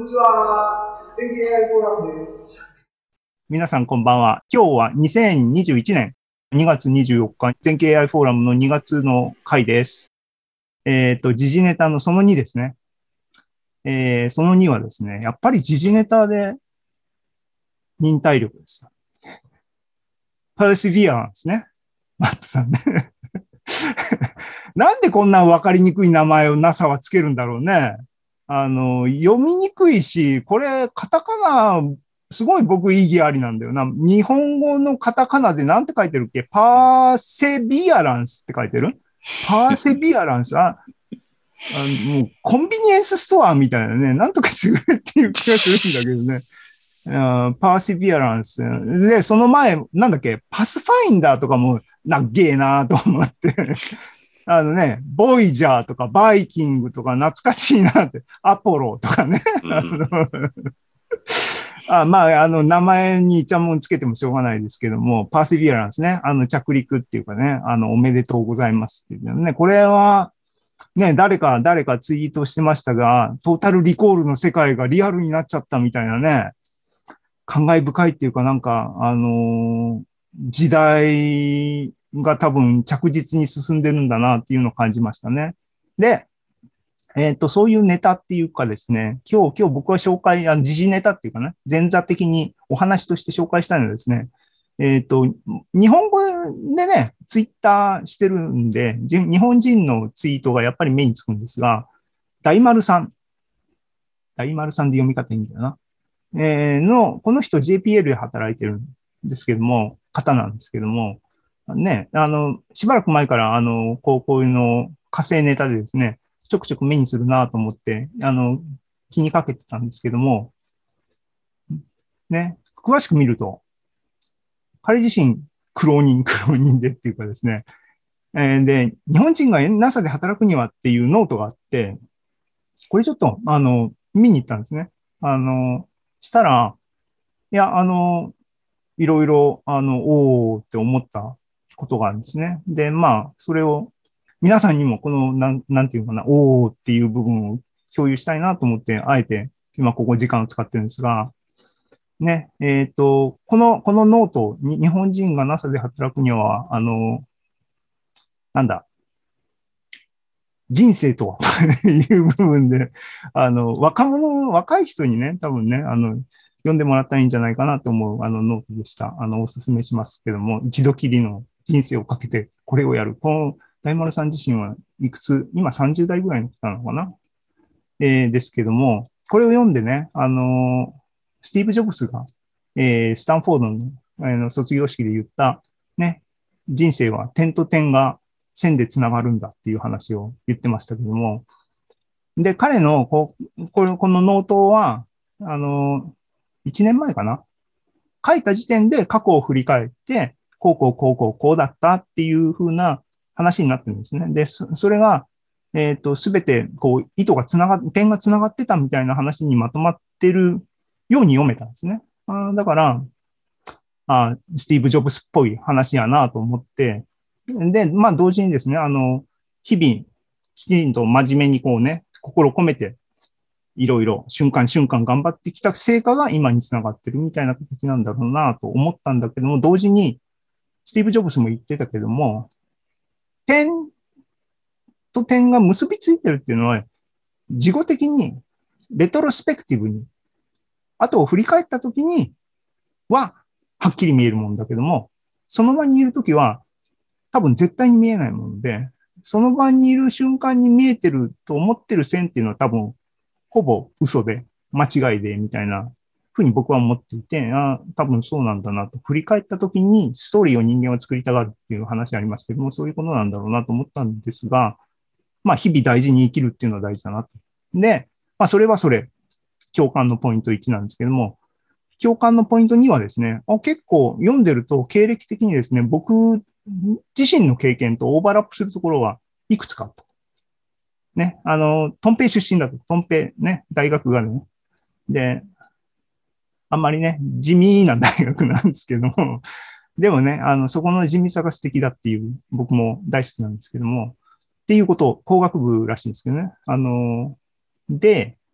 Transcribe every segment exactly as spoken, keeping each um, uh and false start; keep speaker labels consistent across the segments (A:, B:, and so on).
A: にちは。全景 エーアイ フォーラムです。
B: 皆さんこんばんは。今日はにせんにじゅういちねんにがつにじゅうよっか、全景 エーアイ フォーラムのにがつの回です。えっと、時事ネタのそのにですね。えー、そのにはですね、やっぱり時事ネタで忍耐力ですよ。パーシビアランスね。マットさんね。なんでこんな分かりにくい名前を ナサ はつけるんだろうね。あの、読みにくいし、これ、カタカナ、すごい僕意義ありなんだよな。日本語のカタカナでなんて書いてるっけ？パーセビアランスって書いてる？パーセビアランス。あ、あもうコンビニエンスストアみたいなね。なんとかするっていう気がするんだけどね。パーセビアランス。で、その前、なんだっけ？パスファインダーとかも、なっげえなと思ってあのね、ボイジャーとかバイキングとか懐かしいなって、アポロとかね。あのあまあ、あの、名前にイチャモンつけてもしょうがないですけども、パーセビアランスね、あの、着陸っていうかね、あの、おめでとうございますっていうね、これは、ね、誰か、誰かツイートしてましたが、トータルリコールの世界がリアルになっちゃったみたいなね、感慨深いっていうかなんか、あのー時代が多分着実に進んでるんだなっていうのを感じましたね。で、えっと、そういうネタっていうかですね、今日、今日僕は紹介、あの、時事ネタっていうかね、前座的にお話として紹介したいのはですね、えっと、日本語でね、ツイッターしてるんで、日本人のツイートがやっぱり目につくんですが、大丸さん、大丸さんで読み方いいんだよな。えー、の、この人 ジェーピーエル で働いてるんですけども、方なんですけども、ね、あの、しばらく前から、あの、こう、こういうの、火星ネタでですね、ちょくちょく目にするなと思って、あの、気にかけてたんですけども、ね、詳しく見ると、彼自身、苦労人、苦労人でっていうかですね、えー、で、日本人が ナサ で働くにはっていうノートがあって、これちょっと、あの、見に行ったんですね。あの、したら、いや、あの、いろいろ、あの、おーって思ったことがあるんですね。で、まあ、それを皆さんにもこの、なん、なんていうかな、おーっていう部分を共有したいなと思って、あえて今ここ時間を使ってるんですが、ね、えっと、この、このノートに、日本人が ナサ で働くには、あの、なんだ、人生とはという部分で、あの、若者、若い人にね、多分ね、あの、読んでもらったらいいんじゃないかなと思う、あの、ノートでした。あの、お勧めしますけども、一度きりの人生をかけてこれをやる。この大丸さん自身はいくつ、今さんじゅう代ぐらいの方なのかな、えー、ですけども、これを読んでね、あの、スティーブ・ジョブスが、えー、スタンフォードの、あの卒業式で言った、ね、人生は点と点が線でつながるんだっていう話を言ってましたけども、で、彼のここれこのノートは、あの、いちねんまえかな、書いた時点で過去を振り返って、こうこうこうこうこうだったっていう風な話になってるんですね。で、そそれが、えっと、すべて、こう、糸がつながっ、点がつながってたみたいな話にまとまってるように読めたんですね。あだから、あスティーブ・ジョブスっぽい話やなと思って、で、まあ、同時にですね、あの、日々、きちんと真面目にこうね、心込めて、いろいろ瞬間瞬間頑張ってきた成果が今につながってるみたいな形なんだろうなと思ったんだけども、同時に、スティーブ・ジョブスも言ってたけども、点と点が結びついてるっていうのは、事後的に、レトロスペクティブに、後を振り返った時には、はっきり見えるもんだけども、その場にいる時は、多分絶対に見えないもので、その場にいる瞬間に見えてると思ってる線っていうのは多分、ほぼ嘘で、間違いで、みたいなふうに僕は思っていて、あ多分そうなんだなと。振り返った時にストーリーを人間は作りたがるっていう話ありますけども、そういうことなんだろうなと思ったんですが、まあ、日々大事に生きるっていうのは大事だなと。で、まあ、それはそれ、共感のポイントいちなんですけども、共感のポイントにはですね、あ結構読んでると経歴的にですね、僕自身の経験とオーバーラップするところはいくつかあった。ね、あの、トンペイ出身だと、トンペイね、大学がね、で、あんまりね、地味な大学なんですけども、でもね、あの、そこの地味さが素敵だっていう、僕も大好きなんですけども、っていうことを、工学部らしいんですけどね。あの、で、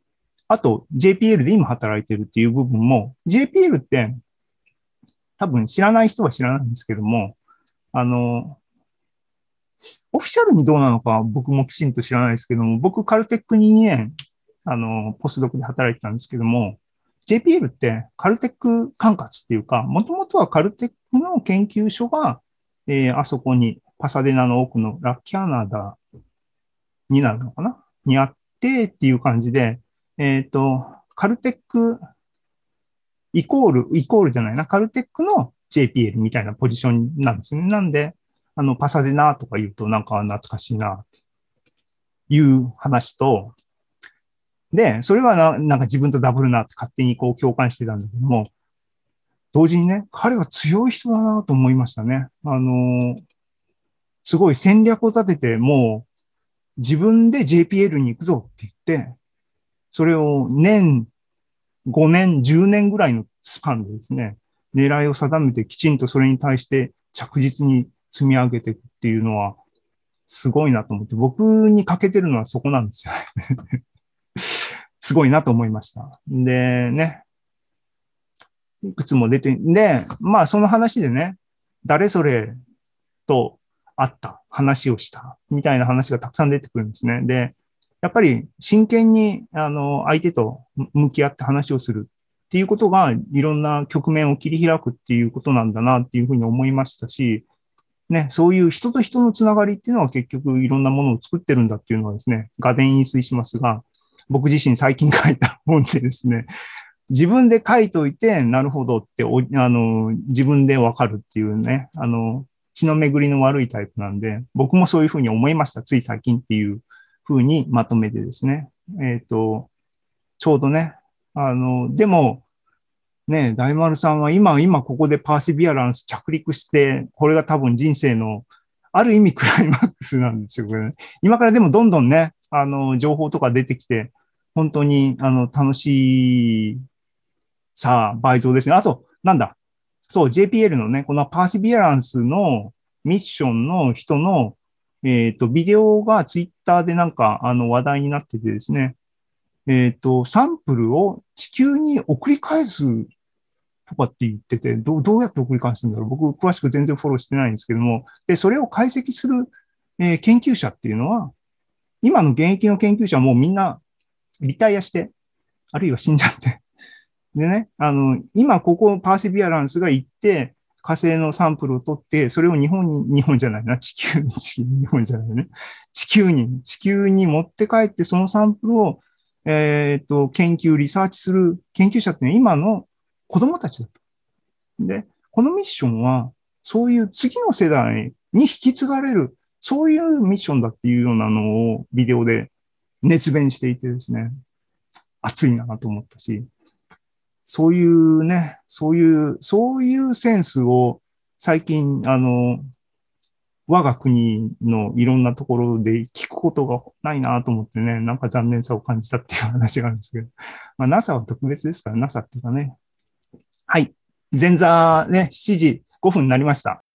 B: あと ジェーピーエル で今働いてるっていう部分も、ジェーピーエル って多分知らない人は知らないんですけども、あの、オフィシャルにどうなのか僕もきちんと知らないですけども、僕カルテックににねん、あの、ポスドクで働いてたんですけども、ジェーピーエル ってカルテック管轄っていうか、もともとはカルテックの研究所が、えー、あそこにパサデナの奥のラッキャナダになるのかなにあってっていう感じで、えっと、カルテックイコール、イコールじゃないな、カルテックの ジェーピーエル みたいなポジションなんですね。なんで、あの、パサデナとか言うとなんか懐かしいなっていう話と、で、それはななんか自分とダブルなって勝手にこう共感してたんだけども、同時にね、彼は強い人だなと思いましたね。あのーすごい戦略を立てて、もう自分で ジェーピーエル に行くぞって言って、それを年、ごねん、じゅうねんぐらいのスパンでですね、狙いを定めてきちんとそれに対して着実に積み上げていくっていうのは、すごいなと思って、僕に欠けてるのはそこなんですよね。すごいなと思いました。でね、いくつも出て、で、まあその話でね、誰それと会った話をしたみたいな話がたくさん出てくるんですね。で、やっぱり真剣にあの相手と向き合って話をするっていうことがいろんな局面を切り開くっていうことなんだなっていうふうに思いましたし、ね、そういう人と人のつながりっていうのは結局いろんなものを作ってるんだっていうのはですね、画伝飲水しますが、僕自身最近書いた本でですね、自分で書いといて、なるほどってお、あの、自分でわかるっていうね、あの、血の巡りの悪いタイプなんで、僕もそういうふうに思いました。つい最近っていうふうにまとめてですね。えっと、ちょうどね、あの、でも、ね、大丸さんは今、今ここでパーシビアランス着陸して、これが多分人生のある意味クライマックスなんですよ、これね。今からでもどんどんね、あの、情報とか出てきて、本当に、あの、楽しいさあ、倍増ですね。あと、なんだ。そう、ジェーピーエル のね、このパーシビアランスのミッションの人の、えっと、ビデオがツイッターでなんか、あの、話題になっててですね、えっと、サンプルを地球に送り返すとかって言ってて、どう、どうやって送り返すんだろう。僕、詳しく全然フォローしてないんですけども、で、それを解析する、えー研究者っていうのは、今の現役の研究者はもうみんなリタイアして、あるいは死んじゃって、でね、あの、今ここパーシビアランスが行って、火星のサンプルを取って、それを日本に、日本じゃないな、地球に、日本じゃないね。地球に、地球に持って帰って、そのサンプルを、えっと、研究、リサーチする研究者って、ね、今の子供たちだと。で、このミッションは、そういう次の世代に引き継がれる、そういうミッションだっていうようなのをビデオで熱弁していてですね、熱いなと思ったし、そういうね、そういう、そういうセンスを最近、あの、我が国のいろんなところで聞くことがないなと思ってね、なんか残念さを感じたっていう話があるんですけど、まあ、ナサ は特別ですから、ナサ っていうかね。はい。前座ね、しちじごふんになりました。